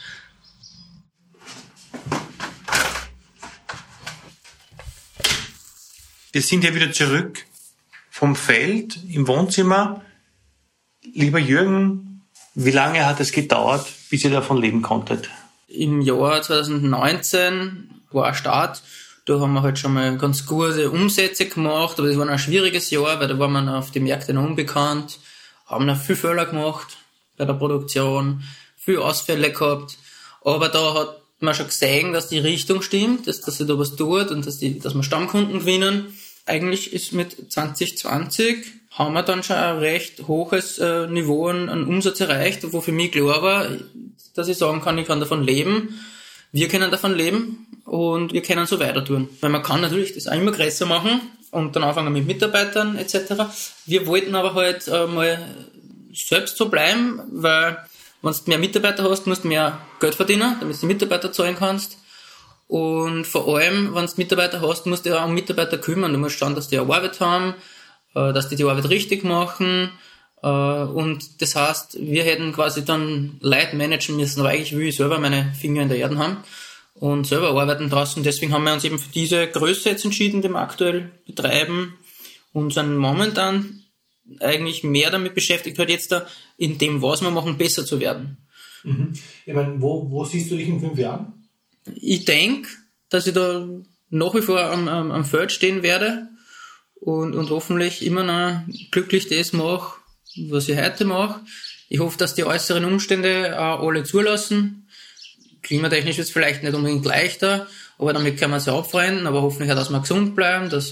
Wir sind ja wieder zurück vom Feld im Wohnzimmer. Lieber Jürgen, wie lange hat es gedauert, bis ihr davon leben konntet? Im Jahr 2019 war ein Start. Da haben wir halt schon mal ganz gute Umsätze gemacht, aber das war ein schwieriges Jahr, weil da waren wir auf den Märkten noch unbekannt, haben noch viel Fehler gemacht bei der Produktion, viel Ausfälle gehabt. Aber da hat man schon gesehen, dass die Richtung stimmt, dass sich da was tut und dass wir Stammkunden gewinnen. Eigentlich ist mit 2020 haben wir dann schon ein recht hohes Niveau an Umsatz erreicht, wo für mich klar war, dass ich sagen kann, ich kann davon leben. Wir können davon leben und wir können so weiter tun. Weil man kann natürlich das auch immer größer machen und dann anfangen mit Mitarbeitern etc. Wir wollten aber halt mal selbst so bleiben, weil wenn du mehr Mitarbeiter hast, musst du mehr Geld verdienen, damit du die Mitarbeiter zahlen kannst. Und vor allem, wenn du Mitarbeiter hast, musst du dich auch um Mitarbeiter kümmern. Du musst schauen, dass die eine Arbeit haben, dass die Arbeit richtig machen. Und das heißt, wir hätten quasi dann Leute managen müssen, aber eigentlich will ich selber meine Finger in der Erde haben und selber arbeiten draußen. Deswegen haben wir uns eben für diese Größe jetzt entschieden, die wir aktuell betreiben und sind momentan eigentlich mehr damit beschäftigt, halt jetzt da in dem, was wir machen, besser zu werden. Mhm. Ich meine, wo siehst du dich in 5 Jahren? Ich denke, dass ich da nach wie vor am Feld stehen werde und hoffentlich immer noch glücklich das mache, was ich heute mache. Ich hoffe, dass die äußeren Umstände auch alle zulassen. Klimatechnisch ist es vielleicht nicht unbedingt leichter, aber damit kann man sich abfreunden, aber hoffentlich auch, dass wir gesund bleiben, dass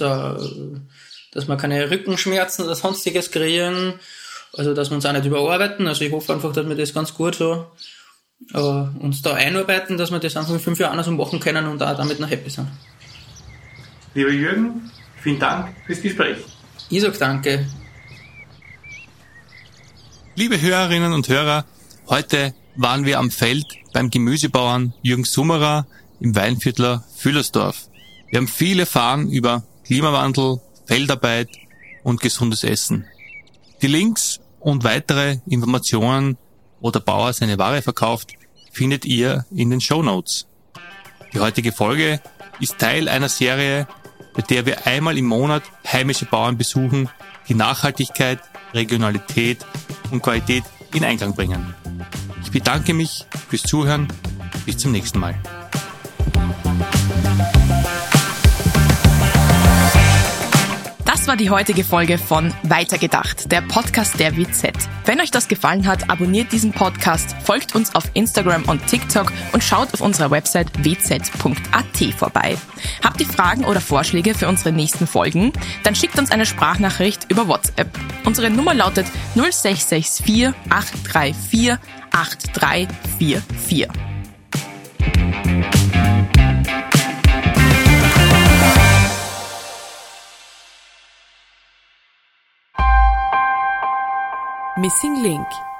wir keine Rückenschmerzen oder sonstiges kriegen, also dass wir uns auch nicht überarbeiten. Also ich hoffe einfach, dass wir das ganz gut so uns da einarbeiten, dass wir das einfach in 5 Jahren so machen können und auch damit noch happy sind. Lieber Jürgen, vielen Dank fürs Gespräch. Ich sag danke. Liebe Hörerinnen und Hörer, heute waren wir am Feld beim Gemüsebauern Jürgen Summerer im Weinviertler Vüllersdorf. Wir haben viel erfahren über Klimawandel, Feldarbeit und gesundes Essen. Die Links und weitere Informationen, wo der Bauer seine Ware verkauft, findet ihr in den Shownotes. Die heutige Folge ist Teil einer Serie, bei der wir einmal im Monat heimische Bauern besuchen, die Nachhaltigkeit, Regionalität und Qualität in Einklang bringen. Ich bedanke mich fürs Zuhören. Bis zum nächsten Mal. Das war die heutige Folge von Weitergedacht, der Podcast der WZ. Wenn euch das gefallen hat, abonniert diesen Podcast, folgt uns auf Instagram und TikTok und schaut auf unserer Website wz.at vorbei. Habt ihr Fragen oder Vorschläge für unsere nächsten Folgen? Dann schickt uns eine Sprachnachricht über WhatsApp. Unsere Nummer lautet 0664 834 8344. Missing Link